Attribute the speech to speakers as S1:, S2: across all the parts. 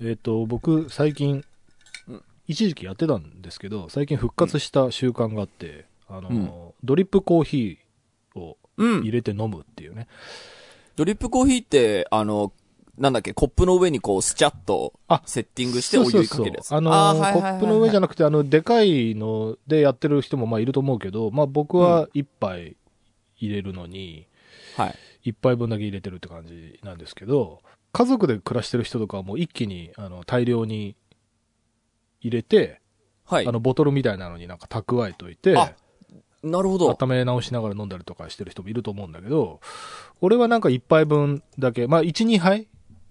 S1: 僕、最近、一時期やってたんですけど、最近復活した習慣があって、ドリップコーヒーを入れて飲むっていうね。
S2: ドリップコーヒーって、なんだっけ、コップの上にこう、スチャッと、セッティングしてお湯にかけるやつ。
S1: コップの上じゃなくて、でかいのでやってる人もまあいると思うけど、まあ僕は一杯入れるのに、一杯分だけ入れてるって感じなんですけど、家族で暮らしてる人とかはもう一気に、大量に入れて、ボトルみたいなのになんか蓄えといて、
S2: なるほど。
S1: 温め直しながら飲んだりとかしてる人もいると思うんだけど、俺はなんか一杯分だけ、まあ1、2杯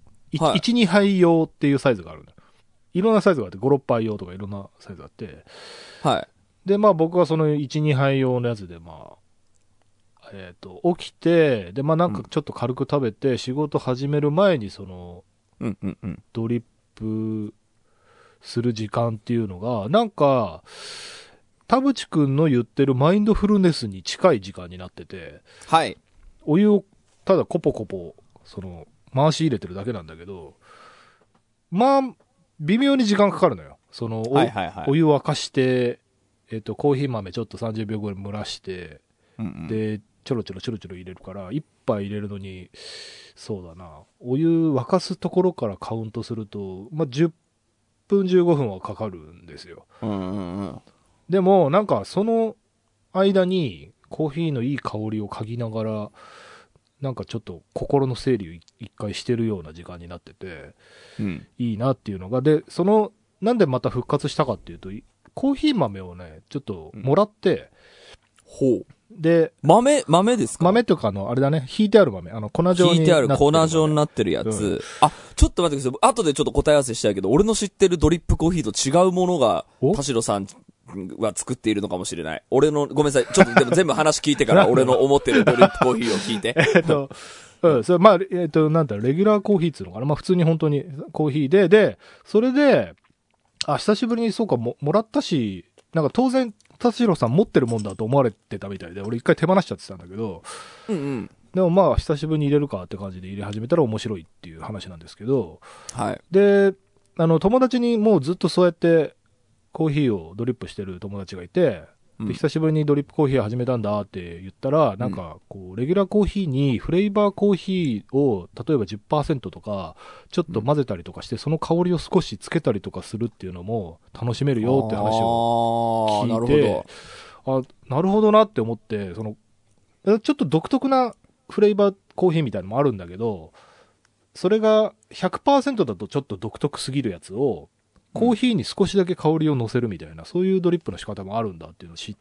S1: 1、2杯用っていうサイズがあるんだ。いろんなサイズがあって、5、6杯用とかいろんなサイズがあって。で、まあ僕はその1、2杯用のやつで、まあ、起きて、で、まあなんかちょっと軽く食べて、仕事始める前にその、ドリップする時間っていうのが、なんか、田淵くんの言ってるマインドフルネスに近い時間になってて、お湯をただコポコポ、回し入れてるだけなんだけど、まあ、微妙に時間かかるのよ。お湯沸かして、コーヒー豆ちょっと30秒ぐらい蒸らして、で、ちょろちょろ入れるから、一杯入れるのに、そうだな、お湯沸かすところからカウントすると、まあ、10分15分はかかるんですよ。でも、なんかその間にコーヒーのいい香りを嗅ぎながら、なんかちょっと心の整理を一回してるような時間になってて、いいなっていうのが、で、なんでまた復活したかっていうと、コーヒー豆をね、ちょっともらって、で、豆ですか？豆とかあれだね、ひいてある豆、粉状になってる。
S2: ひいてある粉状になってるやつ。ちょっと待ってください。後でちょっと答え合わせしたいけど、俺の知ってるドリップコーヒーと違うものが、田代さんは作っているのかもしれない。ごめんなさい。ちょっとでも全部話聞いてから、俺の思ってるドリップコーヒーを聞いて。
S1: それまあ、なんだろう、レギュラーコーヒーっていうのかな。まあ普通に本当にコーヒーで、それで、久しぶりにそうかもらったし、なんか当然、田代さん持ってるもんだと思われてたみたいで、俺一回手放しちゃってたんだけど、でもまあ久しぶりに入れるかって感じで入れ始めたら面白いっていう話なんですけど、で、友達にもうずっとそうやってコーヒーをドリップしてる友達がいて、で久しぶりにドリップコーヒー始めたんだって言ったら、なんかこうレギュラーコーヒーにフレーバーコーヒーを例えば 10% とかちょっと混ぜたりとかして、その香りを少しつけたりとかするっていうのも楽しめるよって話を聞いて、なるほどなって思って、ちょっと独特なフレーバーコーヒーみたいなのもあるんだけど、それが 100% だとちょっと独特すぎるやつをコーヒーに少しだけ香りを乗せるみたいな、そういうドリップの仕方もあるんだっていうのを知って、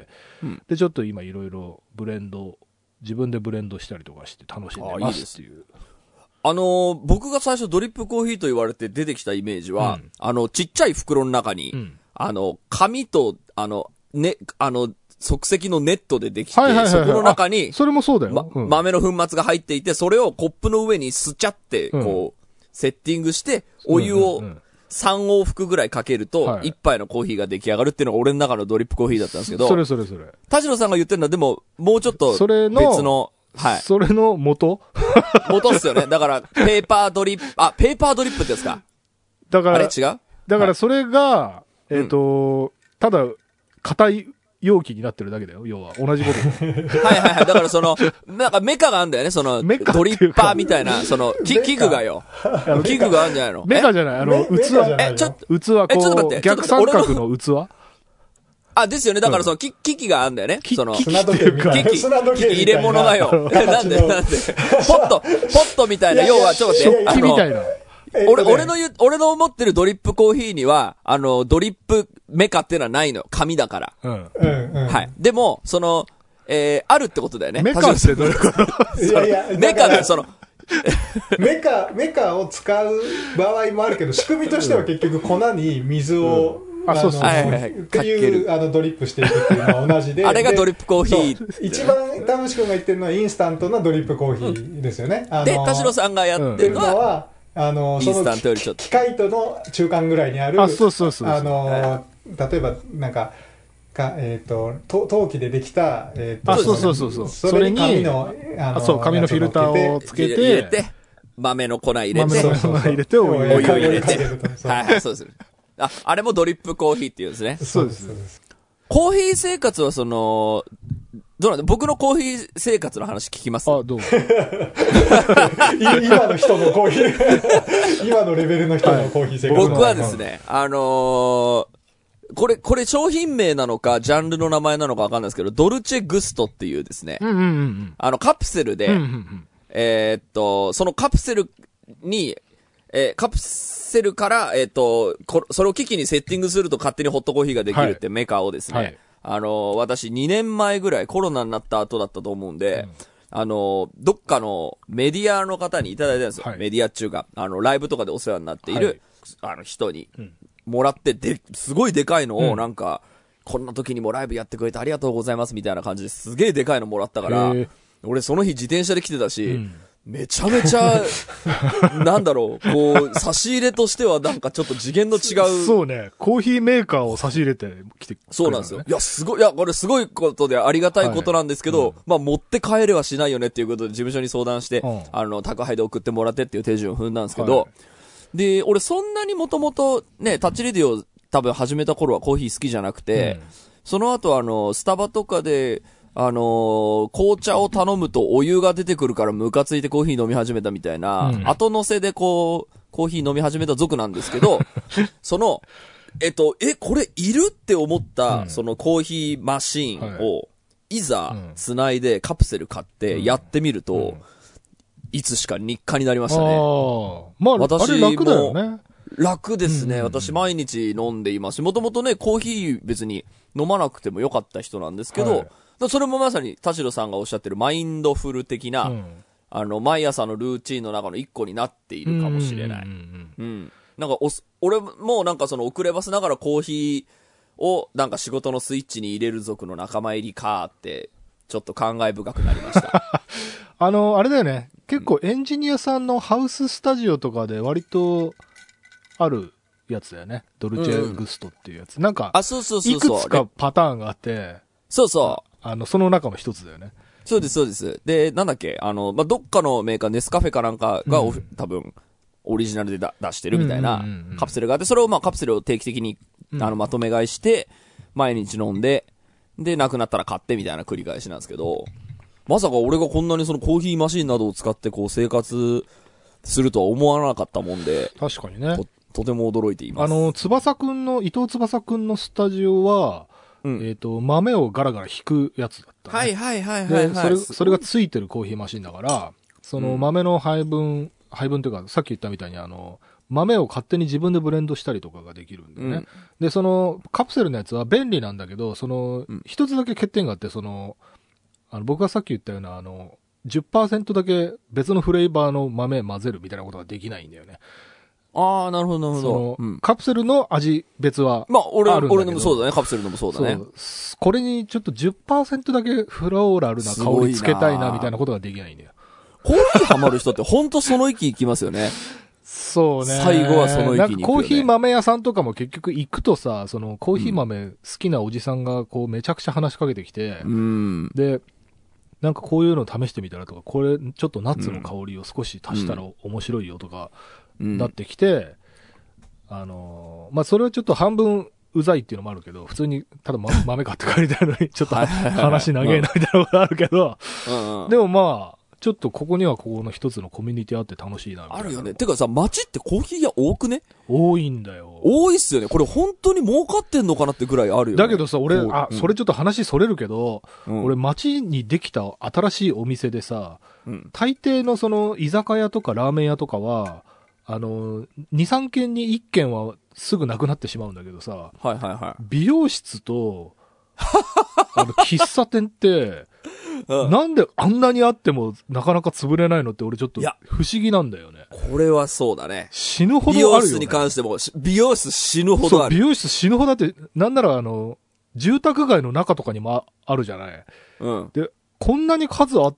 S1: で、ちょっと今いろいろ自分でブレンドしたりとかして楽しんでますっていう。
S2: 僕が最初ドリップコーヒーと言われて出てきたイメージは、ちっちゃい袋の中に、紙と、即席のネットでできて、そこの中に、
S1: それもそうだよ。
S2: 豆の粉末が入っていて、それをコップの上にスチャって、こう、セッティングして、お湯を、3往復ぐらいかけると、1杯のコーヒーが出来上がるっていうのが俺の中のドリップコーヒーだったんですけど。
S1: それ。
S2: 田代さんが言ってるのはでも、もうちょっと別の、
S1: それの元
S2: っすよね。だから、ペーパードリップってやつか。
S1: だから、
S2: あれ違う？
S1: だからそれが、ただ、硬い容器になってるだけだよ、要は。同じこと。
S2: だからなんかメカがあるんだよね、ドリッパーみたいな、器具がよ。器具があるんじゃないの？
S1: メカじゃない、器。
S2: ちょっと待って。
S1: 逆三角の器？
S2: ですよね。だから機器があるんだよね。
S3: 砂時計みたいな。
S2: 入れ物がよ。なんでポットみたいな、要はちょっと待って。
S1: 食器みたいな。
S2: 俺の思ってるドリップコーヒーには、ドリップメカっていうのはないの。紙だから。でも、あるってことだよね。
S1: メカってどういうこと？
S3: いや、
S2: メカで
S3: メカを使う場合もあるけど、仕組みとしては結局粉に水を、っていうドリップしていくっていうのは同じで。
S2: あれがドリップコーヒー。
S3: 一番田淵君が言ってるのはインスタントなドリップコーヒーですよね。
S2: で、田代さんがやってるのは、
S3: インスタントよりちょっと機械との中間ぐらいにある、例えばなんか陶器でできた、
S1: それに紙のフィルターをつけて、
S2: 豆の粉入れて。
S1: 豆の粉入れて、
S2: お湯入れて。
S3: は
S2: はい、そうです。あれもドリップコーヒーっていうんですね。
S1: そうです。
S2: コーヒー生活はどうなんだ僕のコーヒー生活の話聞きます？
S1: あ、どうも。
S3: 今の人のコーヒー、今のレベルの人のコーヒー生活。
S2: 僕はですね、これ商品名なのか、ジャンルの名前なのかわかんないですけど、ドルチェグストっていうですね、カプセルで、そのカプセルに、カプセルから、それを機器にセッティングすると勝手にホットコーヒーができるってメーカーをですね、私2年前ぐらいコロナになった後だったと思うんで、どっかのメディアの方にいただいたんですよ。メディア中が、ライブとかでお世話になっている、人に、もらって、すごいでかいのをなんか、こんな時にもライブやってくれてありがとうございますみたいな感じですげえでかいのもらったから、俺その日自転車で来てたし、めちゃめちゃ、なんだろう、こう、差し入れとしてはなんかちょっと次元の違う。
S1: そうね。コーヒーメーカーを差し入れてきてくれた、ね。
S2: そうなんですよ。いや、これすごいことでありがたいことなんですけど、まあ持って帰れはしないよねっていうことで事務所に相談して、宅配で送ってもらってっていう手順を踏んだんですけど、で、俺そんなにもともとね、タッチレディを多分始めた頃はコーヒー好きじゃなくて、その後スタバとかで、紅茶を頼むとお湯が出てくるからムカついてコーヒー飲み始めたみたいな、後乗せでコーヒー飲み始めた族なんですけど、これいるって思った、そのコーヒーマシーンを、いざ、繋いでカプセル買ってやってみると、いつしか日課になりましたね。
S1: まあ、私あれ楽だよね。
S2: 楽ですね。私毎日飲んでいますし、もともとね、コーヒー別に飲まなくてもよかった人なんですけど、それもまさに田代さんがおっしゃってるマインドフル的な、毎朝のルーチンの中の一個になっているかもしれない。なんか俺もなんかその遅ればせながらコーヒーをなんか仕事のスイッチに入れる族の仲間入りかって、ちょっと感慨深くなりました。
S1: あれだよね。結構エンジニアさんのハウススタジオとかで割とあるやつだよね。ドルチェグストっていうやつ。なんか、いくつかパターンがあって、
S2: そうそう。
S1: その中の一つだよね。
S2: そうです、そうです。で、なんだっけ、どっかのメーカー、ネスカフェかなんかが多分、オリジナルで出してるみたいなカプセルがあって、それをカプセルを定期的に、まとめ買いして、毎日飲んで、で、なくなったら買ってみたいな繰り返しなんですけど、まさか俺がこんなにそのコーヒーマシンなどを使ってこう生活するとは思わなかったもんで、
S1: 確かにね。
S2: とても驚いています。
S1: 伊藤翼くんのスタジオは、豆をガラガラ引くやつだった、ね。はい。それがついてるコーヒーマシンだから、その豆の配分というか、さっき言ったみたいに豆を勝手に自分でブレンドしたりとかができるんだよね。で、そのカプセルのやつは便利なんだけど、一つだけ欠点があって、僕がさっき言ったような10% だけ別のフレーバーの豆混ぜるみたいなことができないんだよね。
S2: ああ、なるほど、なるほど。
S1: カプセルの味別は
S2: まあ、俺のもそうだね。カプセルのもそうだね。
S1: これにちょっと 10% だけフローラルな香りつけたいな、みたいなことができないんだよ。
S2: コーヒーハマる人ってほんとその域行きますよね。
S1: そうね。
S2: 最後はその域に行くよね。なんか
S1: コーヒー豆屋さんとかも結局行くとさ、コーヒー豆好きなおじさんがこうめちゃくちゃ話しかけてきて、で、なんかこういうの試してみたらとか、これちょっとナッツの香りを少し足したら面白いよとか、なってきて、まあ、それはちょっと半分うざいっていうのもあるけど、普通にただ、豆買って帰りたいのに、ちょっと話長えなみたいなことあるけど、でもまあ、ちょっとここにはここの一つのコミュニティあって楽しいなみたいな。
S2: あるよね。てかさ、街ってコーヒー屋多くね？
S1: 多いんだよ。
S2: 多いっすよね。これ本当に儲かってんのかなってぐらいあるよね。
S1: だけどさ、俺、それちょっと話それるけど、俺街にできた新しいお店でさ、大抵のその居酒屋とかラーメン屋とかは、2、3軒に1軒はすぐなくなってしまうんだけどさ、美容室と、喫茶店って、なんであんなにあってもなかなか潰れないのって俺ちょっと不思議なんだよね。
S2: これはそうだね。
S1: 死ぬほどあるよね。
S2: 美容室に関しても、美容室死ぬほどある。
S1: そう、美容室死ぬほどだって、なんなら住宅街の中とかにもあるじゃない。で、こんなに数あって、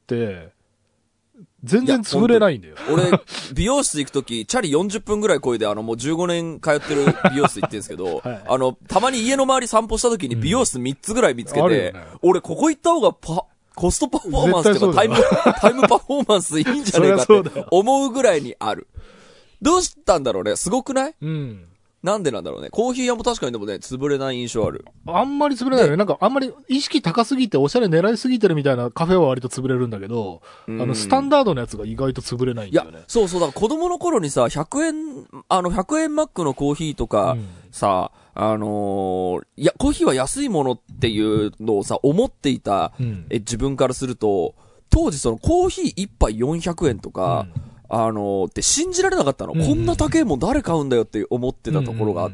S1: 全然潰れないんだよ。
S2: 俺、美容室行くとき、チャリ40分ぐらいこいで、もう15年通ってる美容室行ってんですけど、たまに家の周り散歩したときに美容室3つぐらい見つけて、俺ここ行った方がコストパフォーマンスとかタイムパフォーマンスいいんじゃねえかって思うぐらいにある。どうしたんだろうね。すごくない？うん。なんでなんだろうね。コーヒー屋も確かにでもね、潰れない印象ある。
S1: あんまり潰れないよね。なんかあんまり意識高すぎておしゃれ狙いすぎてるみたいなカフェは割と潰れるんだけど、スタンダードのやつが意外と潰れないんだよね。いや、
S2: そうそう。だから子供の頃にさ、100円マックのコーヒーとか、さ、いや、コーヒーは安いものっていうのをさ、思っていた、自分からすると、当時そのコーヒー一杯400円とか、って信じられなかったの。こんな高いもん誰買うんだよって思ってたところがあって、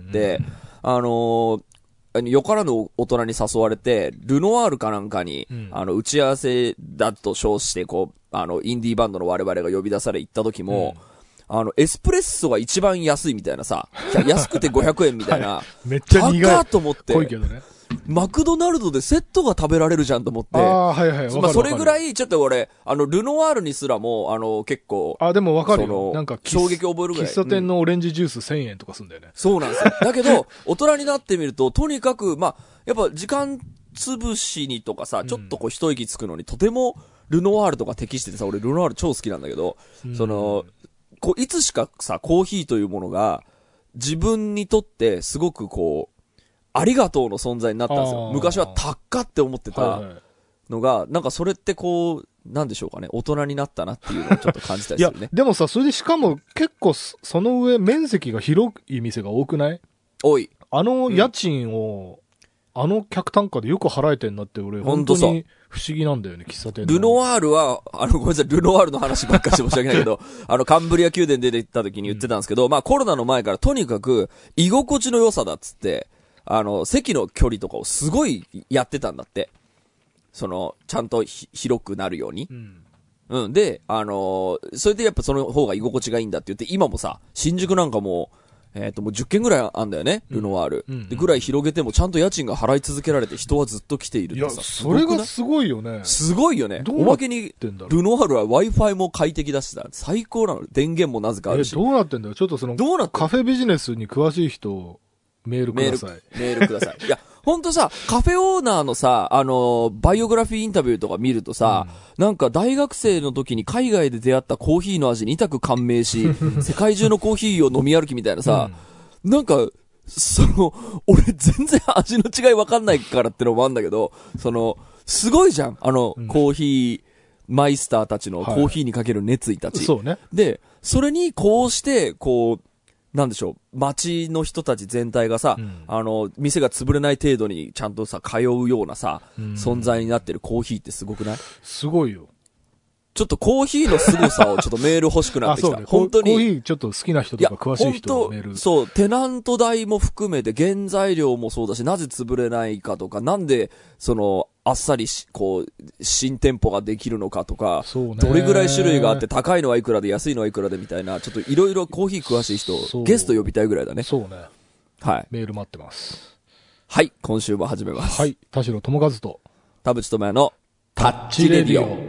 S2: よからぬ大人に誘われて、ルノワールかなんかに、打ち合わせだと称して、こう、インディーバンドの我々が呼び出され行った時も、エスプレッソが一番安いみたいなさ、安くて500円みたいな。はい、
S1: めっちゃ苦い。
S2: 高っと思って。
S1: 濃いけどね。
S2: マクドナルドでセットが食べられるじゃんと思って。
S1: はいはい。
S2: まあそれぐらい、ちょっと俺、ルノワールにすらも、結構。
S1: でもわかるよ。なんか、
S2: 衝撃覚えるぐらい。
S1: 喫茶店のオレンジジュース1000円とかすんだよね。
S2: そうなんですよ。だけど、大人になってみると、とにかく、まあ、やっぱ時間潰しにとかさ、ちょっとこう一息つくのに、とても、ルノワールとか適しててさ、俺ルノワール超好きなんだけど、こう、いつしかさ、コーヒーというものが、自分にとってすごくこう、ありがとうの存在になったんですよ。昔は高って思ってたのが、なんかそれってこう、なんでしょうかね、大人になったなっていうのをちょっと感じたりするね。
S1: いや、でもさ、それでしかも結構その上面積が広い店が多くない？
S2: 多い。
S1: 家賃を、客単価でよく払えてんなって俺、本当に不思議なんだよね、喫茶店の。
S2: ルノワールは、ごめんなさい、ルノワールの話ばっかりして申し訳ないけど、カンブリア宮殿出て行った時に言ってたんですけど、まあコロナの前からとにかく居心地の良さだっつって、席の距離とかをすごいやってたんだって。ちゃんと広くなるように。で、それでやっぱその方が居心地がいいんだって言って、今もさ、新宿なんかもう10軒ぐらいあんだよね、ルノワール。で、ぐらい広げてもちゃんと家賃が払い続けられて人はずっと来ているってさ。
S1: いや、それがすごいよね。
S2: すごいよね。おまけに、ルノワールは Wi-Fi も快適だしさ、最高なの。電源もなぜかあるし。
S1: どうなってんだよ。ちょっとカフェビジネスに詳しい人、メールください。
S2: メールください。いや、ほんとさ、カフェオーナーのさ、バイオグラフィーインタビューとか見るとさ、なんか大学生の時に海外で出会ったコーヒーの味に痛く感銘し、世界中のコーヒーを飲み歩きみたいなさ、なんか、俺全然味の違いわかんないからってのもあるんだけど、すごいじゃん。コーヒーマイスターたちのコーヒーにかける熱意たち。
S1: そうね。
S2: で、それにこうして、こう、なんでしょう、街の人たち全体がさ、店が潰れない程度にちゃんとさ、通うようなさ、存在になってるコーヒーってすごくない？
S1: すごいよ。
S2: ちょっとコーヒーの凄さをちょっとメール欲しくなってきた。
S1: ね、
S2: 本当に。
S1: コーヒーちょっと好きな人とか詳しい人のメール。
S2: そう、テナント代も含めて原材料もそうだし、なぜ潰れないかとか、なんで、あっさりこう、新店舗ができるのかとか、どれぐらい種類があって、高いのはいくらで、安いのはいくらでみたいな、ちょっといろいろコーヒー詳しい人、ゲスト呼びたいぐらいだね。
S1: そうね。
S2: はい。
S1: メール待ってます。
S2: はい、今週も始めます。
S1: はい、田代智和と、
S2: 田淵智也のタッチレディオ。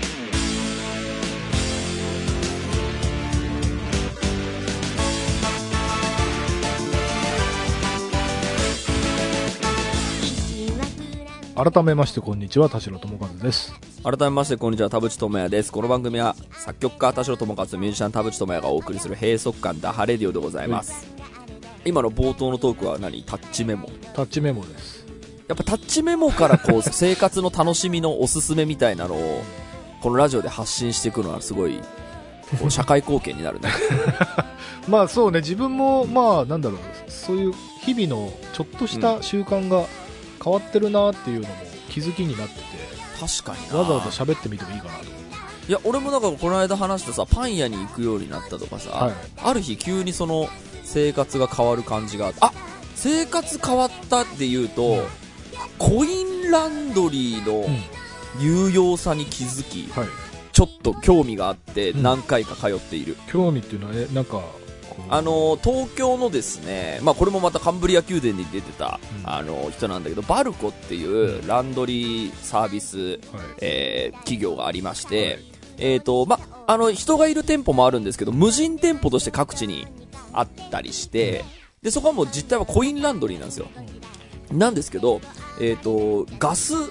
S1: 改めましてこんにちは、田代智和です。
S2: 改めましてこんにちは、田淵智也です。この番組は作曲家田代智和、ミュージシャン田淵智也がお送りする閉塞感ダハレディオでございます。今の冒頭のトークは何？タッチメモ。
S1: タッチメモです。
S2: やっぱタッチメモからこう生活の楽しみのおすすめみたいなのをこのラジオで発信していくのはすごいこう社会貢献になるね。
S1: まあそうね、自分もまあなんだろう、そういう日々のちょっとした習慣が変わってるなっていうのも気づきになってて、
S2: 確かにな、
S1: わざわざ喋ってみてもいいかなと思って。
S2: いや俺もだからこの間話したさ、パン屋に行くようになったとかさ、ある日急にその生活が変わる感じが生活変わったっていうと、コインランドリーの有用さに気づき、ちょっと興味があって何回か通っている。
S1: 興味っていうのはなんか
S2: 東京のですね、まあこれもまたカンブリア宮殿に出てた、人なんだけど、バルコっていうランドリーサービス、企業がありまして、まあ人がいる店舗もあるんですけど、無人店舗として各地にあったりして、でそこはもう実態はコインランドリーなんですよ。なんですけど、ガス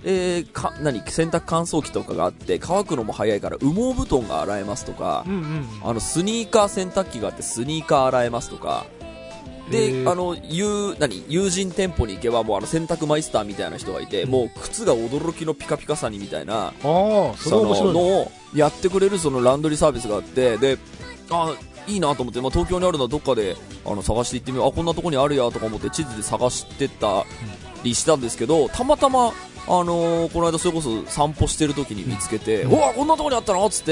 S2: 洗濯乾燥機とかがあって乾くのも早いから羽毛布団が洗えますとか、スニーカー洗濯機があってスニーカー洗えますとかで、友人店舗に行けばもう洗濯マイスターみたいな人がいて、もう靴が驚きのピカピカさにみたいな
S1: その
S2: のをやってくれるそのランドリーサービスがあって、でいいなと思って、東京にあるのはどっかで探していってみよう、こんなとこにあるやとか思って地図で探してたりしたんですけど、たまたまこの間それこそ散歩してる時に見つけて、うわこんなとこにあったのっつって、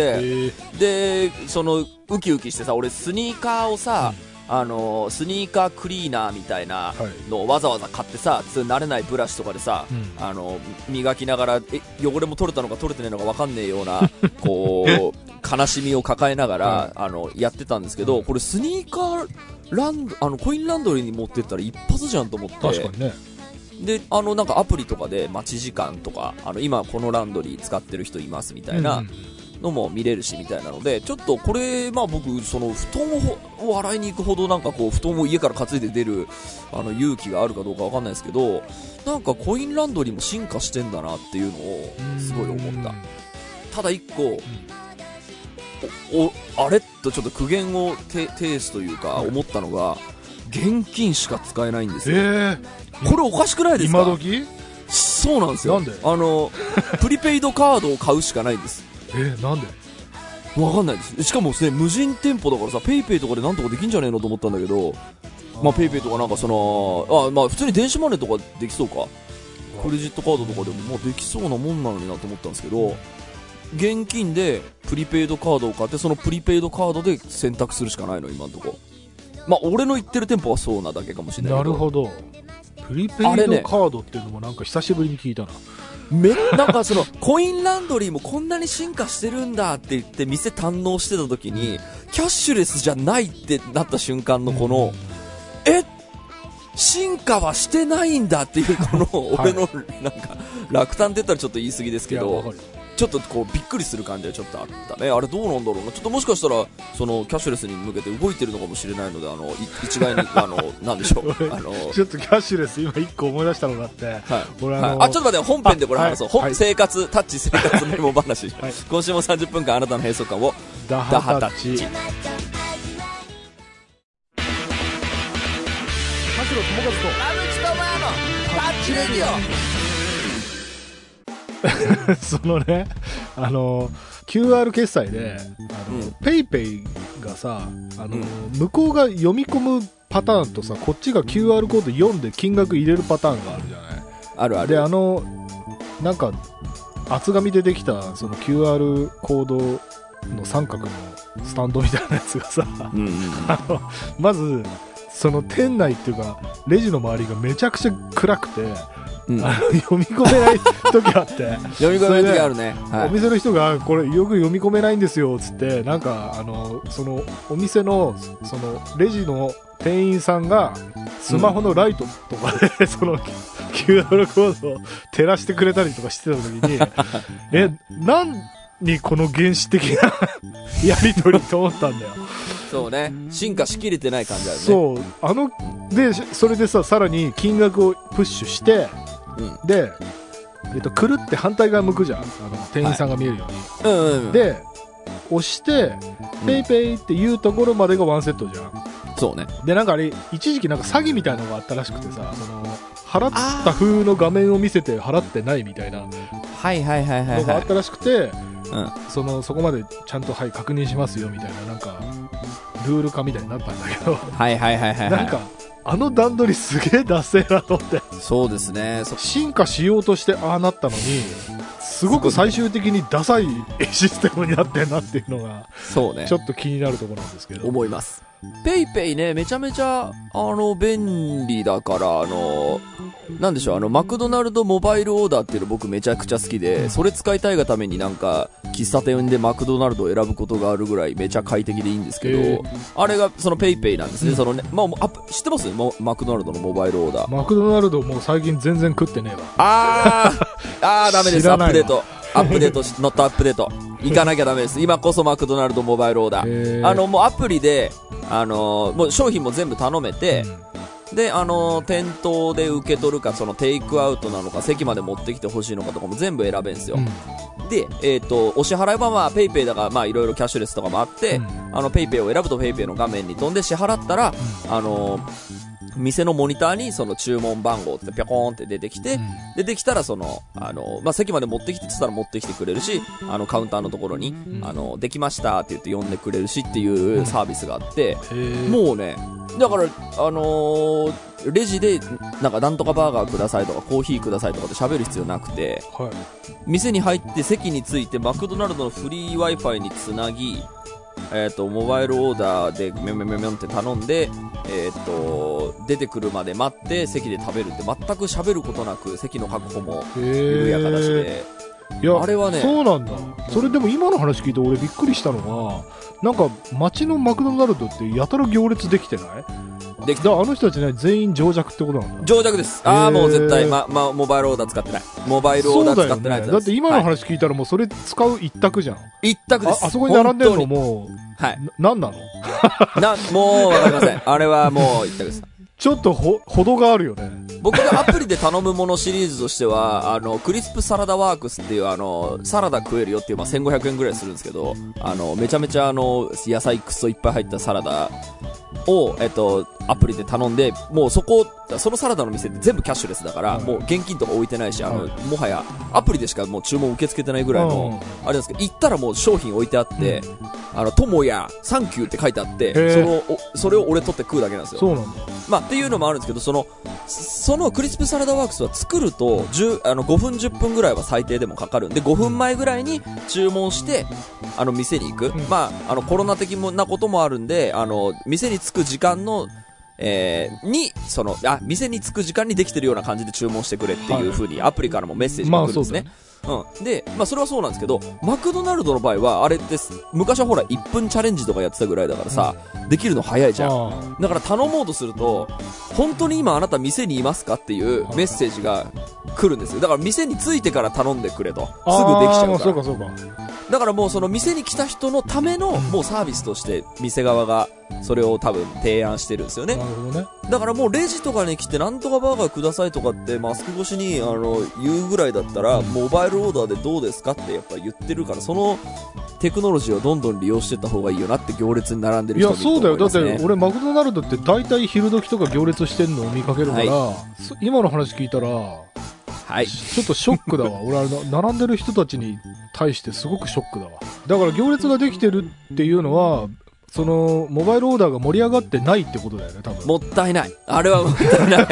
S2: でウキウキしてさ、俺スニーカーをさ、スニーカークリーナーみたいなのをわざわざ買ってさ、慣れないブラシとかでさ、磨きながら汚れも取れたのか取れてないのか分かんねえようなこう悲しみを抱えながら、やってたんですけど、これスニーカーコインランドリーに持ってったら一発じゃんと思って。
S1: 確かにね。
S2: でなんかアプリとかで待ち時間とか今このランドリー使ってる人いますみたいなのも見れるしみたいなので、ちょっとこれ僕その布団を洗いに行くほどなんかこう布団を家から担いで出る勇気があるかどうかわかんないですけど、なんかコインランドリーも進化してんだなっていうのをすごい思った。ただ一個あれとちょっと苦言を呈すというか思ったのが、現金しか使えないんですよ。これおかしくないですか？
S1: 今時？
S2: そうなんですよ。
S1: なんで？
S2: プリペイドカードを買うしかないんです。
S1: なんで？
S2: わかんないです。しかもね、無人店舗だからさ、ペイペイとかでなんとかできんじゃねえのと思ったんだけど、ペイペイとかなんか普通に電子マネーとかできそうか、クレジットカードとかでもできそうなもんなのになと思ったんですけど、現金でプリペイドカードを買って、そのプリペイドカードで選択するしかないの今んとこ。俺の言ってる店舗はそうなだけかもしれないけど。
S1: なるほど。プリペイドカードっていうのもなんか久しぶりに聞いたな。
S2: なんかコインランドリーもこんなに進化してるんだって言って店堪能してた時に、キャッシュレスじゃないってなった瞬間のこの、進化はしてないんだっていうこの俺のなんか落胆って言ったらちょっと言い過ぎですけど、ちょっとこうびっくりする感じはちょっとあったね。あれどうなんだろうな。ちょっともしかしたらそのキャッシュレスに向けて動いてるのかもしれないので、一概になんでしょう
S1: ちょっとキャッシュレス今一個思い出したのがあって、俺
S2: ちょっと待って、本編でこれ話そう。タッチ生活メモ話、今週も30分間あなたの閉塞感を
S1: ダハタッチ。
S2: 田代智和と田口智也のタッチレディオ。
S1: そのね、QR 決済で、ペイペイがさ、向こうが読み込むパターンとさ、こっちが QR コード読んで金額入れるパターンがあるじゃない。
S2: あるある。
S1: で、なんか、厚紙でできた、その QR コードの三角のスタンドみたいなやつがさ、まず、その店内っていうか、レジの周りがめちゃくちゃ暗くて、読み込めない時あって
S2: 読み込めない時あるね、
S1: お店の人がこれよく読み込めないんですよつって、なんかそのお店のそのレジの店員さんがスマホのライトとかで、その QR コードを照らしてくれたりとかしてた時に何この原始的なやり取りと思ったんだよ。
S2: そうね、進化しきれてない感じあるね。
S1: そうでそれでさ、さらに金額をプッシュして、で、くるって反対側向くじゃん、店員さんが見えるように、で押してペイペイっていうところまでがワンセットじゃん。
S2: そうね。
S1: でなんかあれ一時期なんか詐欺みたいなのがあったらしくてさ、払った風の画面を見せて払ってないみたいなのがあったらしくて、そこまでちゃんと確認しますよみたいな、なんかルール化みたいになったんだけど、なんか段取りすげえダセーなと思って。
S2: そうですね。
S1: 進化しようとしてああなったのに、すごく最終的にダサいシステムになってんなっていうのが、そうね、ちょっと気になるところなんですけど。
S2: 思います。ペイペイね、めちゃめちゃ便利だから、なんでしょう、マクドナルドモバイルオーダーっていうの僕めちゃくちゃ好きで、それ使いたいがためになんか喫茶店でマクドナルドを選ぶことがあるぐらいめちゃ快適でいいんですけど、あれがそのペイペイなんですね。知ってます？マクドナルドのモバイルオーダー。
S1: マクドナルドもう最近全然食ってねえわ。
S2: ダメです。アップデート、ノットアップデート行かなきゃダメです。今こそマクドナルドモバイルオーダー、もうアプリでもう商品も全部頼めて、 で、店頭で受け取るか、そのテイクアウトなのか、席まで持ってきてほしいのかとかも全部選べんすよ。で、お支払いはまあ、ペイペイだから、まあ、いろいろキャッシュレスとかもあって、ペイペイを選ぶとペイペイの画面に飛んで支払ったら、店のモニターにその注文番号ってピョコーンって出てきて、出てきたらその、まあ、席まで持ってきてって言ったら持ってきてくれるし、カウンターのところに、できましたって言って呼んでくれるしっていうサービスがあって、もうね、だから、レジで、なんかなんとかバーガーくださいとかコーヒーくださいとかって喋る必要なくて、店に入って席に着いてマクドナルドのフリー Wi-Fi につなぎ、モバイルオーダーでメンメンメンメンって頼んで、出てくるまで待って席で食べるって全く喋ることなく席の確保も緩やかだしで、
S1: いや
S2: あれはね、
S1: そうなんだ。それでも今の話聞いて俺びっくりしたのが、なんか街のマクドナルドってやたら行列できてない？できた。あの人たちね、全員情弱ってことなんだ。
S2: 情弱です。もう絶対、モバイルオーダー使ってない。モバイルオーダー使ってないやつ、
S1: だって今の話聞いたらもうそれ使う一択じゃん。
S2: 一択です。
S1: あそこに並んでるのもう、はい。何なの？
S2: もうわかりません。あれはもう一択です。
S1: ちょっと程があるよね。
S2: 僕がアプリで頼むものシリーズとしては、クリスプサラダワークスっていうサラダ食えるよっていう、まあ、1500円ぐらいするんですけど、めちゃめちゃ野菜くっそいっぱい入ったサラダを、アプリで頼んで、もうそのサラダの店って全部キャッシュレスだから、もう現金とか置いてないし、もはやアプリでしかもう注文受け付けてないぐらいの、あれですけど、行ったらもう商品置いてあって、ともや、サンキューって書いてあって、それを俺取って食うだけなんですよ。
S1: そうなんだ。
S2: まあ、っていうのもあるんですけど、そのクリスプサラダワークスは作ると、5分10分ぐらいは最低でもかかるんで、5分前ぐらいに注文して、店に行く。まあ、コロナ的なこともあるんで、店に着く時間の、店に着く時間にできてるような感じで注文してくれっていう風にアプリからもメッセージが来るんですね。で、まあそれはそうなんですけど、マクドナルドの場合は、あれって、昔はほら1分チャレンジとかやってたぐらいだからさ、できるの早いじゃん。だから頼もうとすると、本当に今あなた店にいますかっていうメッセージが来るんですよ。だから店に着いてから頼んでくれと。すぐできちゃうから。
S1: そうかそうか。
S2: だからもうその店に来た人のためのもうサービスとして店側がそれを多分提案してるんですよね。
S1: なるほどね。
S2: だからもうレジとかに来てなんとかバーガーくださいとかってマスク越しに言うぐらいだったらモバイルオーダーでどうですかってやっぱ言ってるから、そのテクノロジーをどんどん利用していった方がいいよなって行列に並んでる人もいると思いますね。
S1: いやそうだよ。だって俺マクドナルドって大体昼時とか行列してんのを見かけるから、今の話聞いたらちょっとショックだわ。俺並んでる人たちに対してすごくショックだわ。だから行列ができてるっていうのは、そのモバイルオーダーが盛り上がってないってことだよね、多分。
S2: もったいない。あれはもったいない。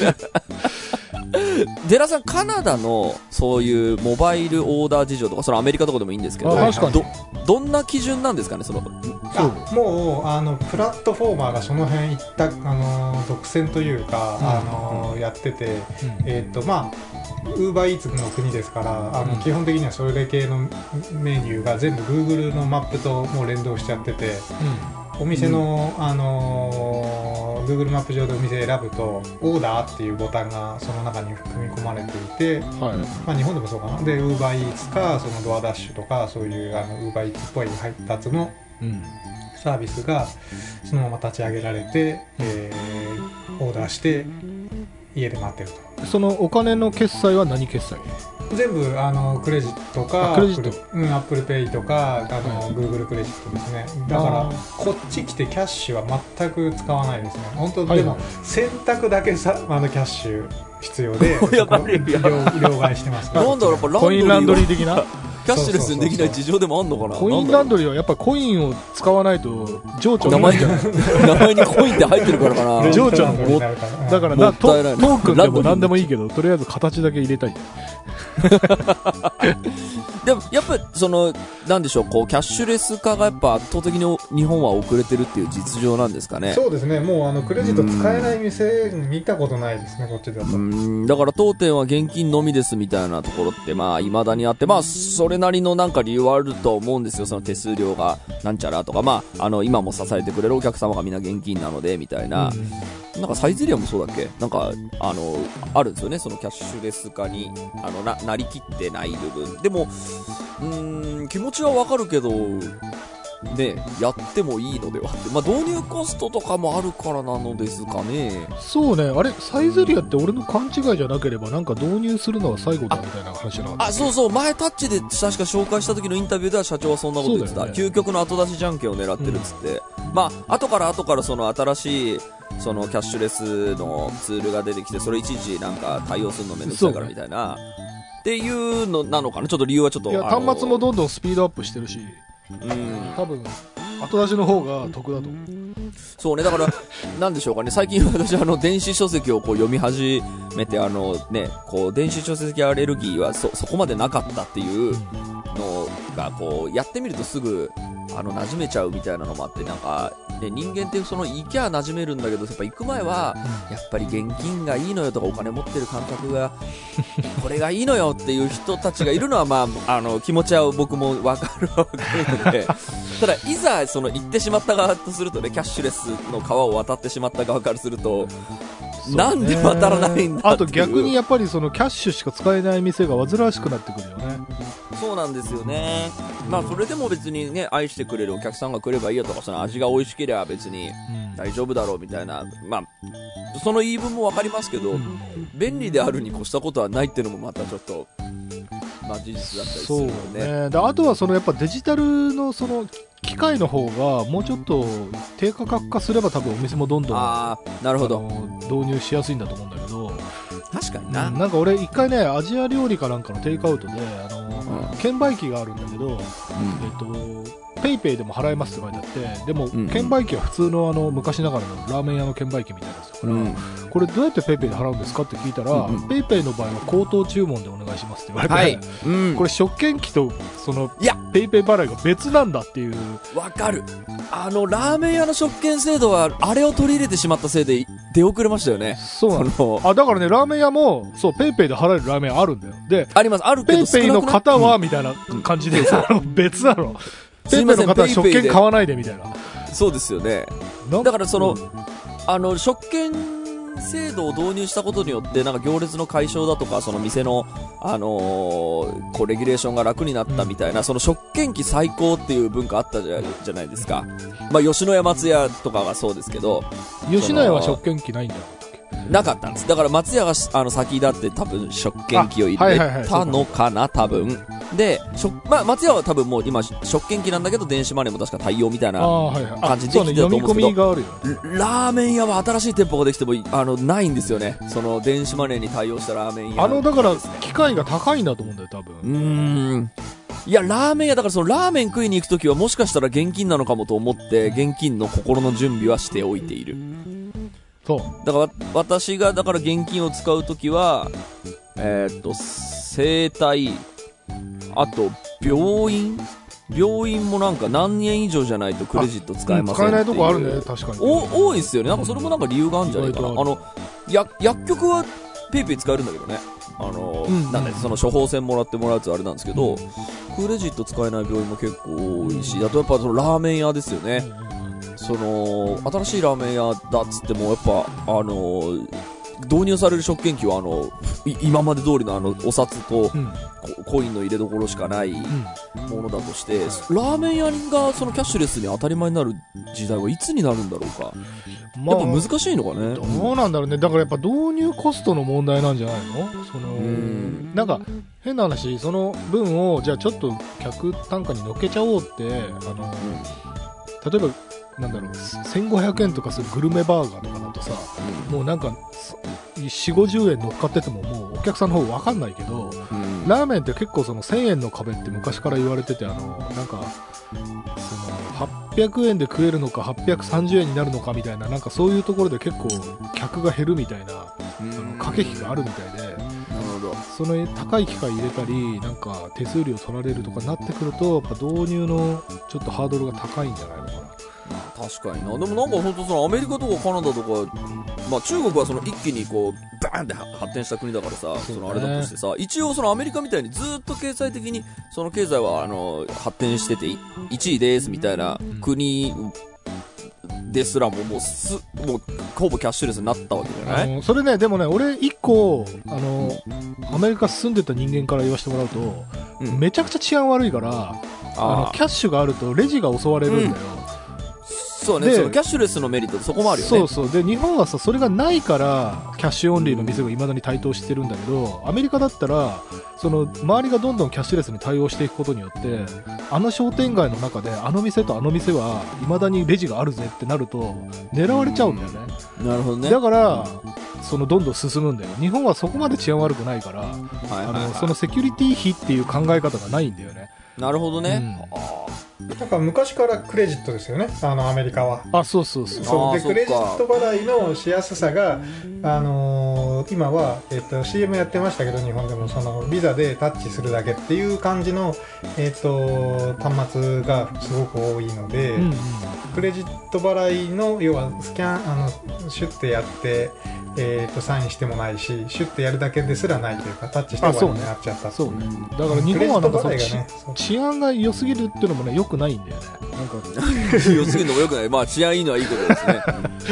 S2: デラさん、カナダのそういうモバイルオーダー事情とか、それアメリカとかでもいいんですけど、
S1: 確かに
S2: どんな基準なんですかね、その。
S3: もうプラットフォーマーがその辺一択独占というか、やってて、まあウーバーイーツの国ですから、基本的にはそれ系のメニューが全部 Google のマップともう連動しちゃってて、お店の、Google マップ上でお店選ぶとオーダーっていうボタンがその中に組み込まれていて、まあ、日本でもそうかな。で Uber Eats かそのドアダッシュとかそういうUber Eats っぽい配達のサービスがそのまま立ち上げられて、オーダーして家で待ってると。
S1: そのお金の決済は何決済？
S3: 全部クレジットか
S1: クレジット、
S3: Apple Pay とかGoogle クレジットですね。だからこっち来てキャッシュは全く使わないですね。本当、でも選択だけキャッシュ必要で両替してます。
S2: なんだろう、
S1: コインランドリー的な
S2: キャッシュレスにできない事情でもあんのかな。
S1: コインランドリーはやっぱコインを使わないと情緒
S2: 名前にコインって入ってるからかな。
S1: 情緒のもだからトークンでも何でもいいけど、とりあえず形だけ入れたい。
S2: でもやっぱりなんでしょう、こうキャッシュレス化がやっぱ圧倒的に日本は遅れてるっていう実情なんですかね。
S3: そうですね。もうクレジット使えない店見たことないですね、こっちだと。
S2: だから当店は現金のみですみたいなところってまあ未だにあって、まあそれなりのなんか理由はあると思うんですよ。その手数料がなんちゃらとか、まあ今も支えてくれるお客様がみんな現金なのでみたいな。なんかサイゼリアもそうだっけ、なんかあるんですよね、そのキャッシュレス化になりきってない部分でも、気持ちはわかるけどね、やってもいいのではって。まあ、導入コストとかもあるからなのですかね。
S1: そうね、あれ、サイゼリアって俺の勘違いじゃなければ、なんか導入するのは最後だみたいな話じゃなかったっけ？
S2: そうそう、前タッチで確か紹介した時のインタビューでは社長はそんなこと言ってた。究極の後出しじゃんけんを狙ってるっつって。まあ、後からその新しい、そのキャッシュレスのツールが出てきて、それいちいちなんか対応するのめんどくさいからみたいな。っていうのなのかな。ちょっと理由はちょっと。
S1: いや、端末もどんどんスピードアップしてるし、多分、後出しの方が得だと思う。
S2: そうね、だから、なんでしょうかね、最近私電子書籍をこう読み始めて、こう、電子書籍アレルギーはそこまでなかったっていうのが、こう、やってみるとすぐ、馴染めちゃうみたいなのもあって、なんか、ね、人間って行きゃ馴染めるんだけど、やっぱ行く前は、やっぱり現金がいいのよとか、お金持ってる感覚が、これがいいのよっていう人たちがいるのは、まあ、気持ちは僕もわかるので、ただ、いざ、行ってしまった側とするとね、キャッシュレスの川を渡ってしまった側からすると、なんで渡らないんだっていう。
S1: あと逆にやっぱりそのキャッシュしか使えない店が煩わしくなってくるよね。
S2: そうなんですよね。まあそれでも別にね、愛してくれるお客さんが来ればいいよとか、その味が美味しければ別に大丈夫だろうみたいな、まあその言い分もわかりますけど、便利であるに越したことはないっていうのもまたちょっと、まあ事実だったりするよね。
S1: そうね。あとはそのやっぱデジタルのその機械の方がもうちょっと低価格化すれば多分お店もどんどん
S2: なるほど
S1: 導入しやすいんだと思うんだけど、
S2: 確かにな。
S1: なんか俺一回ね、アジア料理かなんかのテイクアウトで券売機があるんだけど、ペイペイでも払えますって書いてあって、でも券売機は普通の昔ながらのラーメン屋の券売機みたいなやつだから、これどうやってペイペイで払うんですかって聞いたら、ペイペイの場合は口頭注文でお願いしますって言われて、はいこれ食券機とそのペイペイ払いが別なんだっていう。
S2: わかる。ラーメン屋の食券制度はあれを取り入れてしまったせいで出遅れましたよね。
S1: そうなの。だからね、ラーメン屋もそうペイペイで払えるラーメン屋あるんだよ。で、
S2: あります。あるけど
S1: ペイペイの方はみたいな感じで別なの。ペイペイの方は食券買わないでみたいな。
S2: そうですよね。だから食券制度を導入したことによって、なんか行列の解消だとか、その店の、こうレギュレーションが楽になったみたいな、その食券機最高っていう文化あったじゃないですか。まあ、吉野家松屋とかがそうですけど。吉
S1: 野家は食券機ないんだよ。
S2: なかったんです。だから松屋が先立って多分食券機を入れたのかな、多分。で、松屋は多分もう今食券機なんだけど電子マネーも確か対応みたいな感じでできてたと思うんですけど、ラーメン屋は新しい店舗ができてもないんですよね。その電子マネーに対応したラーメン屋、
S1: だから機械が高いんだと思うんだよ多分。
S2: いや、ラーメン屋だからそのラーメン食いに行くときはもしかしたら現金なのかもと思って現金の心の準備はしておいている。だから私がだから現金を使うときは整体、あと病院もなんか何円以上じゃないとクレジット使えませんっていう。
S1: 使えないとこあるね、確かに。
S2: 多いっすよね。なんかそれもなんか理由があるんじゃないかな。薬局はペイペイ使えるんだけどね。なんでその処方箋もらってもらうやつあれなんですけど、クレジット使えない病院も結構多いし、あとやっぱそのラーメン屋ですよね。その新しいラーメン屋だっつってもやっぱ導入される食券機は今まで通りのお札と、コインの入れどころしかないものだとして、ラーメン屋がそのキャッシュレスに当たり前になる時代はいつになるんだろうか。やっぱ難しいのかね。
S1: どうなんだろうね。だからやっぱ導入コストの問題なんじゃないの？なんか変な話、その分をじゃあちょっと客単価に乗っけちゃおうって、例えばなんだろう、1500円とかするグルメバーガーとかだとさ、もうなんか4、50円乗っかっててももうお客さんの方分かんないけど、ラーメンって結構その1000円の壁って昔から言われてて、なんかその800円で食えるのか830円になるのかみたいな、なんかそういうところで結構客が減るみたいな駆け引きがあるみたいで、その高い機械入れたりなんか手数料取られるとかになってくると、やっぱ導入のちょっとハードルが高いんじゃないのかな。
S2: 確かにな。でもなんか本当そのアメリカとかカナダとか、まあ中国はその一気にこうバーンって発展した国だからさ、そのあれだとしてさ、一応そのアメリカみたいにずっと経済的にその経済は発展してて1位ですみたいな国ですらももうほぼキャッシュレスになったわけじゃない？
S1: それね、でもね、俺一個アメリカ住んでた人間から言わせてもらうと、めちゃくちゃ治安悪いからキャッシュがあるとレジが襲われるんだよ、
S2: そうね、そのキャッシュレスのメリットってそこもあるよね。
S1: そうそう。で、日本はさ、それがないから、キャッシュオンリーの店が未だに台頭してるんだけど、アメリカだったら、その、周りがどんどんキャッシュレスに対応していくことによって、あの商店街の中で、あの店とあの店は、未だにレジがあるぜってなると、狙われちゃうんだよね。
S2: なるほどね。
S1: だから、その、どんどん進むんだよ。日本はそこまで治安悪くないから、そのセキュリティ費っていう考え方がないんだよね。
S2: なるほどね。
S3: なんか昔からクレジットですよね、アメリカは。
S1: そうそうそう。
S3: そうで、クレジット払いのしやすさが、今は、CM やってましたけど、日本でもそのビザでタッチするだけっていう感じの、端末がすごく多いので、クレジット払いの要はスキャンシュッてやって、サインしてもないし、シュッてやるだけですらないというか、タッチして終わりになっちゃったっていう。
S1: だから日本はなんか治安が良すぎるっていうのもね、良くないんだよね。なんか
S2: 良すぎるのも良くない。まあ治安いいのはいいことですね。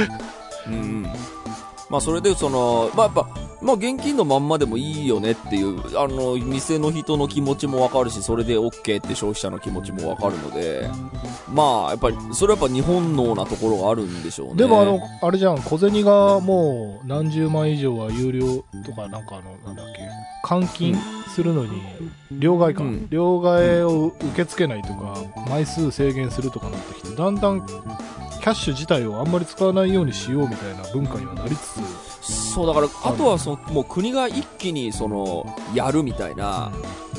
S2: まあそれでその、まあやっぱ、まあ現金のまんまでもいいよねっていう、店の人の気持ちもわかるし、それで OK って消費者の気持ちもわかるので、まあやっぱり、それはやっぱ日本能なところがあるんでしょうね。
S1: でもあれじゃん、小銭がもう何十万以上は有料とか、なんかなんだっけ、換金するのに、両替か、両替を受け付けないとか、枚数制限するとかなってきて、だんだん、キャッシュ自体をあんまり使わないようにしようみたいな文化にはなりつつ、
S2: そうだからあとはもう国が一気にやるみたいな、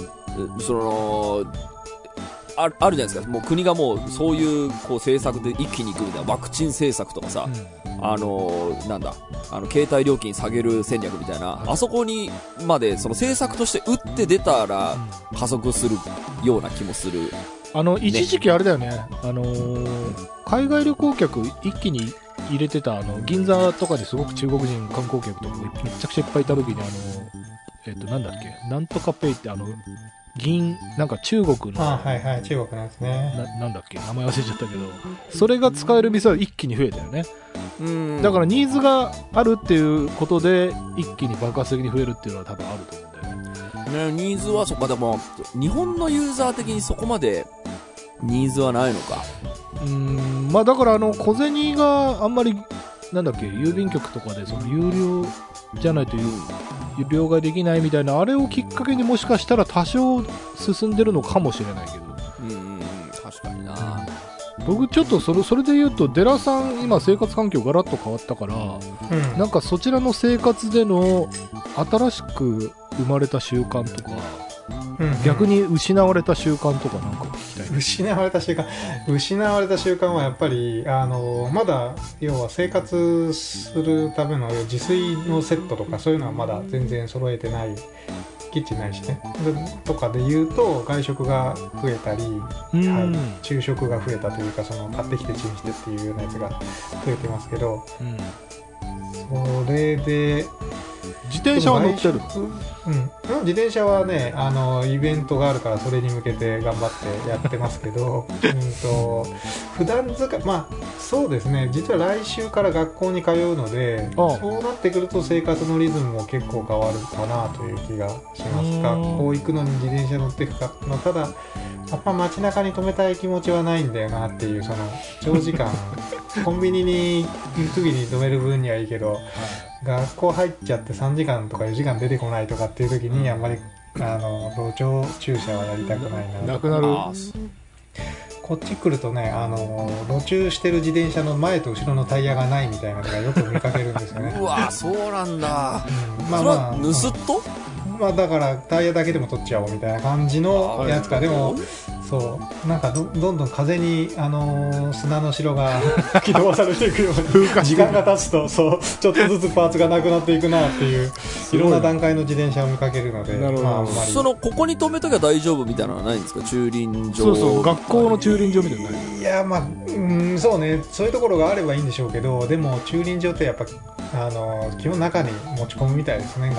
S2: あるじゃないですか。もう国がもうそういう政策で一気にいくみたいな、ワクチン政策とかさ、なんだ携帯料金下げる戦略みたいな、あそこにまでその政策として打って出たら加速するような気もする。
S1: 一時期あれだよね、海外旅行客一気に入れてた、銀座とかですごく中国人観光客とかめちゃくちゃいっぱいいた時に、なんだっけ、なんとかペイって、なんか中国の、
S3: はいはい、中国なんですね。
S1: なんだっけ、名前忘れちゃったけど、それが使える店は一気に増えたよね。だからニーズがあるっていうことで、一気に爆発的に増えるっていうのは多分あると思うんだよね。
S2: ニーズはでも、日本のユーザー的にそこまでニーズはないのか。
S1: まあだから小銭があんまり、なんだっけ、郵便局とかで有料じゃないと両替できないみたいな、あれをきっかけにもしかしたら多少進んでるのかもしれないけど。
S2: 確かにな。
S1: 僕ちょっとそれで言うと、デラさん今生活環境ガラッと変わったから、なんかそちらの生活での新しく生まれた習慣とか、逆に失われた習慣とかなんか聞きたい。
S3: 失われた習慣はやっぱりまだ要は生活するための自炊のセットとかそういうのはまだ全然揃えてない、キッチンないしねとかで言うと、外食が増えたり、昼食が増えたというか、買ってきてチンしてっていうようなやつが増えてますけど、それで
S1: 自転車は乗ってる？
S3: 自転車はね、イベントがあるからそれに向けて頑張ってやってますけど普段使い、まあそうですね、実は来週から学校に通うので、そうなってくると生活のリズムも結構変わるかなという気がします。学校行くのに自転車乗っていくか、ただやっぱ街中に止めたい気持ちはないんだよなっていう、長時間コンビニに行く時に止める分にはいいけど、学校入っちゃって3時間とか4時間出てこないとかっていう時に、あんまり路上駐車はやりたくないなくなる。こっち来るとね、路駐してる自転車の前と後ろのタイヤがないみたいなのがよく見かけるんですよね。
S2: うわ、そうなんだ。
S3: まあまあ、盗っ人？まあだからタイヤだけでも取っちゃおうみたいな感じのやつか。でもそうなんかどんどん風に砂の城が吹き飛ばされていくように時間が経つとちょっとずつパーツがなくなっていくなっていういろんな段階の自転車を見かけるので、まあ、
S2: ここに止めときゃ大丈夫みたいなのはないんですか？駐輪場。
S1: そう学校の駐輪場みたいなのない？
S3: いやまあそうね、そういうところがあればいいんでしょうけど、でも駐輪場ってやっぱ基本中に持ち込むみたいですね。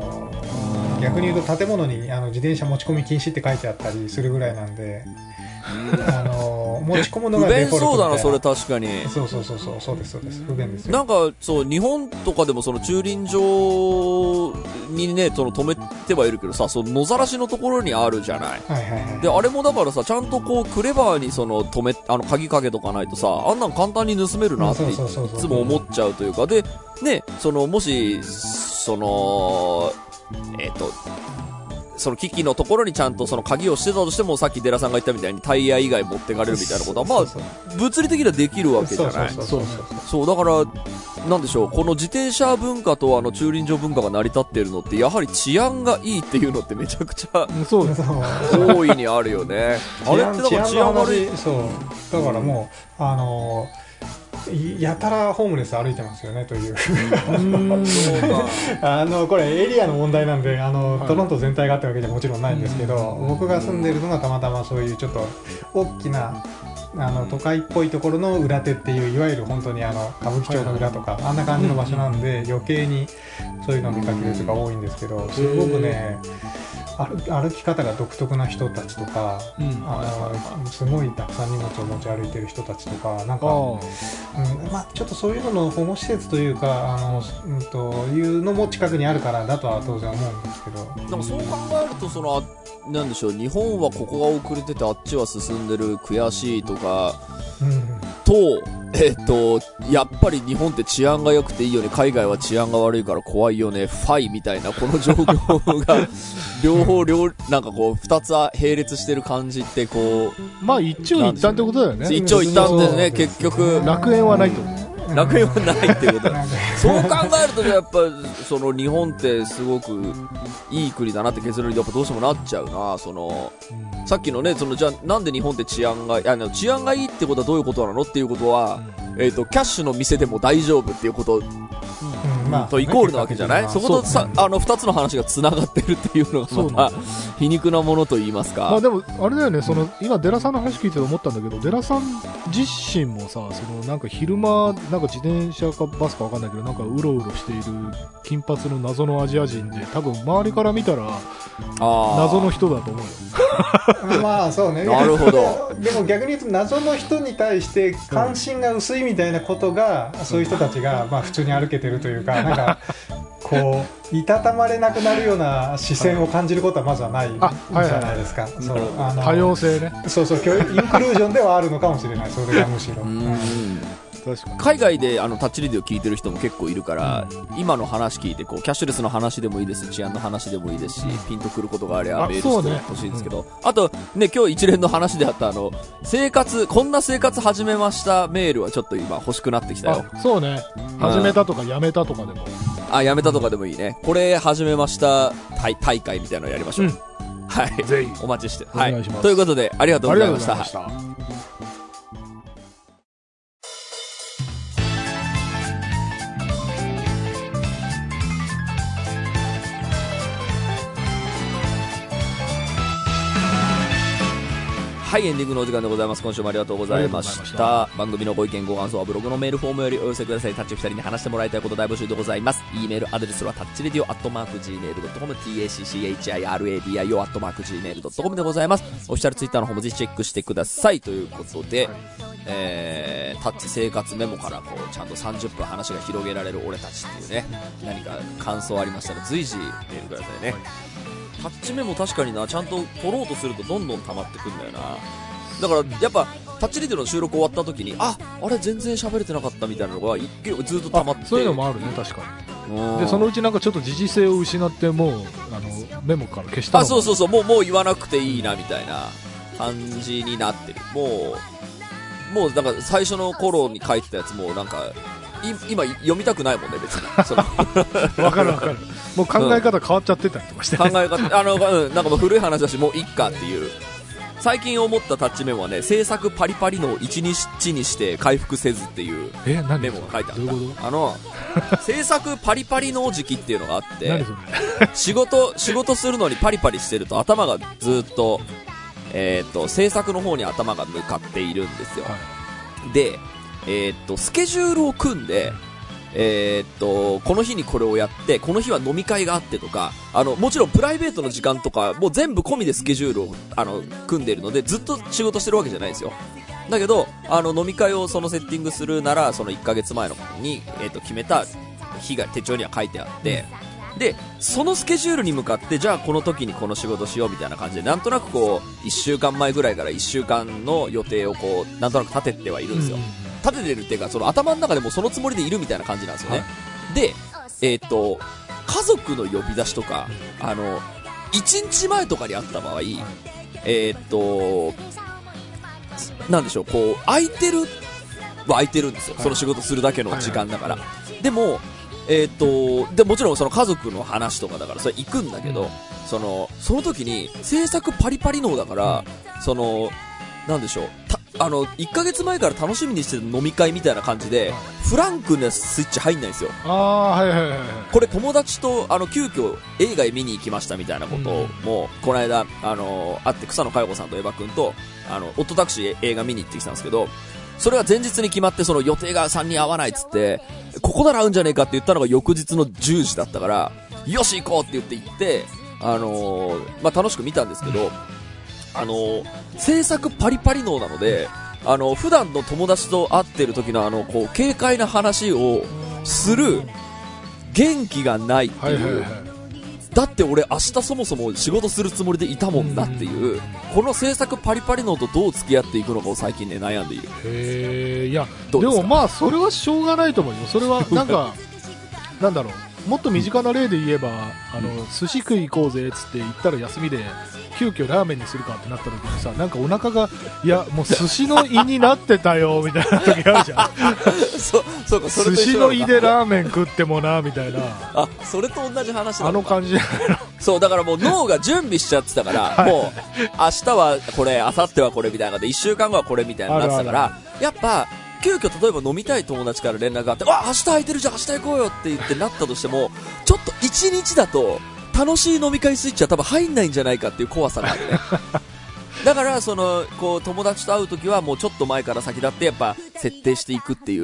S3: 逆に言うと建物に自転車持ち込み禁止って書いてあったりするぐらいなんで、 持ち込むのが
S2: 不
S3: デフォルトみたいな。
S2: 便そうだな、それ確かに。
S3: そうです。不便ですよ。
S2: なんか、そう、日本とかでもその駐輪場にね、その止めてはいるけどさ、その野ざらしのところにあるじゃない。
S3: はいはいはい。
S2: で、あれもだからさ、ちゃんとこう、クレバーにその鍵かけとかないとさ、あんなん簡単に盗めるなっていつも思っちゃうというか、で、ね、もし、その機器のところにちゃんとその鍵をしてたとしても、さっきデラさんが言ったみたいにタイヤ以外持ってかれるみたいなことは、まあ、物理的にはできるわけじゃない。そう、だから、なんでしょう、この自転車文化と駐輪場文化が成り立っているのって、やはり治安がいいっていうのってめちゃくちゃ、
S1: そうです。
S2: 大いにあるよね。あれってだから治安悪い。
S3: そう。だからもう、やたらホームレス歩いてますよねというこれエリアの問題なんでトロント全体があったわけじゃもちろんないんですけど、僕が住んでるのがたまたまそういうちょっと大きな都会っぽいところの裏手っていう、いわゆる本当に歌舞伎町の裏とか、あんな感じの場所なんで、余計にそういうのを見かける人が多いんですけど、すごくね歩き方が独特な人たちとか、すごいたくさん荷物を持ち歩いてる人たちとか、なんか、まあ、ちょっとそういうのの保護施設というかいうのも近くにあるからだとは当然思うんですけど、
S2: でもそう考えるとなんでしょう、日本はここが遅れててあっちは進んでる、悔しいとか、と、やっぱり日本って治安が良くていいよね、海外は治安が悪いから怖いよね、ファイみたいな、この状況が、なんかこう、二つ並列してる感じって、こう。
S1: まあ、一長一短ってことだよね。
S2: 一長一短ですね、結局。
S1: 楽園はないと思う。
S2: 楽園はないっていうことだ。そう考えると、やっぱ、日本ってすごくいい国だなって結論にやっぱどうしてもなっちゃうな、さっきのね、じゃあなんで日本って治安がいいってことはどういうことなのっていうことは、キャッシュの店でも大丈夫っていうこと、とイコールなわけじゃない、そことさ、二つの話が繋がってるっていうのがまた、皮肉なものと言いますか。
S1: まあでも、あれだよね、今、デラさんの話聞いてて思ったんだけど、デラさん自身もさ、なんか昼間、なんか自転車かバスかわかんないけど、なんかうろうろしている金髪の謎のアジア人で、多分周りから見たら、謎の人だと思うよ。
S3: まあそうね。
S2: なるほど。
S3: でも逆に言うと謎の人に対して関心が薄いみたいなことが、そういう人たちがまあ普通に歩けてるというか、なんかこういたたまれなくなるような視線を感じることはまずはないじゃないですか。
S1: 多様性ね。
S3: そうそう、インクルージョンではあるのかもしれない。それがむしろ。
S2: 海外でタッチレディを聞いてる人も結構いるから、今の話聞いてこうキャッシュレスの話でもいいですし、治安の話でもいいですし、ピンとくることがあればメールしてほしいんですけど、あとね、今日一連の話であったこんな生活始めましたメールはちょっと今欲しくなってきたよ。
S1: そうね、始めたとかやめたとかでも、
S2: やめたとかでもいいね。これ始めました大会みたいなのやりましょう。はい、ぜひお待ちして、
S1: お願いします。
S2: ということでありがとうございました。はい、エンディングのお時間でございます。今週もありがとうございました。番組のご意見ご感想はブログのメールフォームよりお寄せください。タッチ2人に話してもらいたいこと大募集でございます。E メールアドレスはタッチレディオ@gmail.com、tacchiradio@gmail.com でございます。オフィシャルツイッターの方もぜひチェックしてください。ということで、タッチ生活メモからこうちゃんと30分話が広げられる俺たちっていうね、何か感想ありましたら随時メールくださいね。タッチメモ確かにな、ちゃんと取ろうとするとどんどん溜まってくんだよな。だからやっぱタッチレディの収録終わった時にあれ全然喋れてなかったみたいなのがずっと溜まって、
S1: そういうのもあるね、確かに。でそのうちなんかちょっと時事性を失ってもうメモから消したの。
S2: そうもう言わなくていいなみたいな感じになってる。もうだから最初の頃に書いてたやつもなんか今読みたくないもんね、別に。
S1: わかる。もう考え方変わっちゃってたりとかして、ね、
S2: 考え方、なんかもう古い話だし、もういっかっていう。最近思ったタッチメモはね、制作パリパリの1日にして回復せずっていうメモが書いてあった。制作パリパリの時期っていうのがあって、仕事するのにパリパリしてると頭がずっと、制作の方に頭が向かっているんですよ。はい、で、スケジュールを組んで、 この日にこれをやって、この日は飲み会があってとか、もちろんプライベートの時間とか、もう全部込みでスケジュールを、組んでいるので、ずっと仕事してるわけじゃないですよ。だけど、飲み会をそのセッティングするなら、その1ヶ月前のに、決めた日が手帳には書いてあって、で、そのスケジュールに向かって、じゃあこの時にこの仕事しようみたいな感じで、なんとなくこう、1週間前ぐらいから1週間の予定をこう、なんとなく立ててはいるんですよ。立ててるっていうか、その頭の中でもそのつもりでいるみたいな感じなんですよね。はい、で、家族の呼び出しとか、1日前とかにあった場合、なんでしょう、こう、空いてるんですよ。その仕事するだけの時間だから。でも、でもちろんその家族の話とかだからそれ行くんだけど、その時に制作パリパリ脳だから、なんでしょう、1ヶ月前から楽しみにしてた飲み会みたいな感じで、フランクなスイッチ入んないんですよ。
S1: はいはいはいはい。
S2: これ友達と急遽映画へ見に行きましたみたいなことも、この間会って草野佳代子さんとエヴァ君とオットタクシー映画見に行ってきたんですけど、それは前日に決まって、その予定が3人合わないっつって、ここなら合うんじゃねえかって言ったのが翌日の10時だったから、よし行こうって言って行って、まあ、楽しく見たんですけど、制作パリパリ脳なので、普段の友達と会ってる時のこう、軽快な話をする元気がないっていう、だって俺明日そもそも仕事するつもりでいたもんなっていう、この制作パリパリ脳とどう付き合っていくのかを最近ね悩んでいる。
S1: へえ。いやでもまあそれはしょうがないと思うよ。それはなんかなんだろう、もっと身近な例で言えば寿司食い行こうぜっつって言ったら休みで急遽ラーメンにするかってなった時にさ、なんかお腹がいやもう寿司の胃になってたよみたいな時あるじゃん
S2: そうか、それと一緒なのか。
S1: 寿司の胃でラーメン食ってもなみたいな、
S2: それと同じ話なのか。
S1: 感じ
S2: そうだからもう脳が準備しちゃってたから、もう明日はこれ、明後日はこれみたいなので1週間後はこれみたいになってたから、やっぱ急遽例えば飲みたい友達から連絡があって、明日空いてるじゃん、明日行こうよって言ってなったとしても、ちょっと1日だと楽しい飲み会スイッチは多分入んないんじゃないかっていう怖さがあるねだからこう友達と会うときはもうちょっと前から先立ってやっぱ設定していくっていう、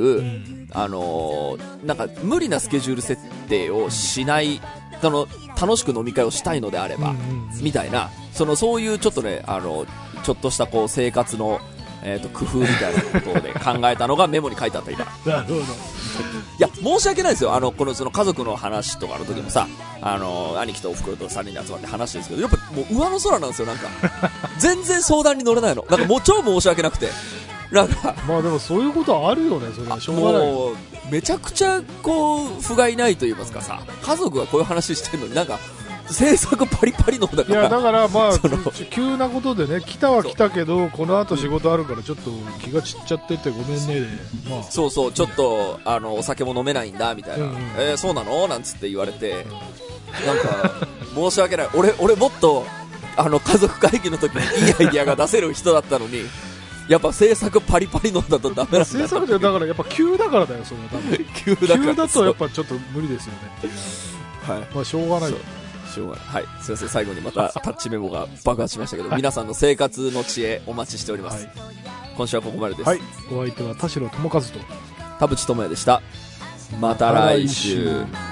S2: なんか無理なスケジュール設定をしない、楽しく飲み会をしたいのであれば、みたいな、そういうちょっとね、ちょっとしたこう生活の工夫みたいなことで考えたのがメモに書いてあった今。
S1: なるほど。い
S2: や申し訳ないですよ。その家族の話とかの時もさ、兄貴とおふくろと3人で集まって話してるんですけど、やっぱもう上の空なんですよ。なんか全然相談に乗れないの。なんかもう超申し訳なくて、なんか
S1: まあでもそういうことあるよね。それはしょうがない。
S2: もうめちゃくちゃこう不甲斐ないと言いますかさ、家族がこういう話してるのになんか制作パリパリのだから。
S1: いやだからまあ急なことでね、来たは来たけどこの後仕事あるからちょっと気が散っちゃっててごめんねで、まあ
S2: そうちょっとお酒も飲めないんだみたいな、そうなのなんつって言われて、なんか申し訳ない。俺もっと家族会議の時にいいアイディアが出せる人だったのに、やっぱ制作パリパリのだとダメなんだ。
S1: 制作でだからやっぱ急だからだよ。それは多分急だとやっぱちょっと無理ですよね。はい。まあしょうがない。
S2: はい、すいません、最後にまたタッチメモが爆発しましたけど、皆さんの生活の知恵お待ちしております。今週はここまでです。
S1: はい。お相手は田代智和と
S2: 田淵智也でした。また来週。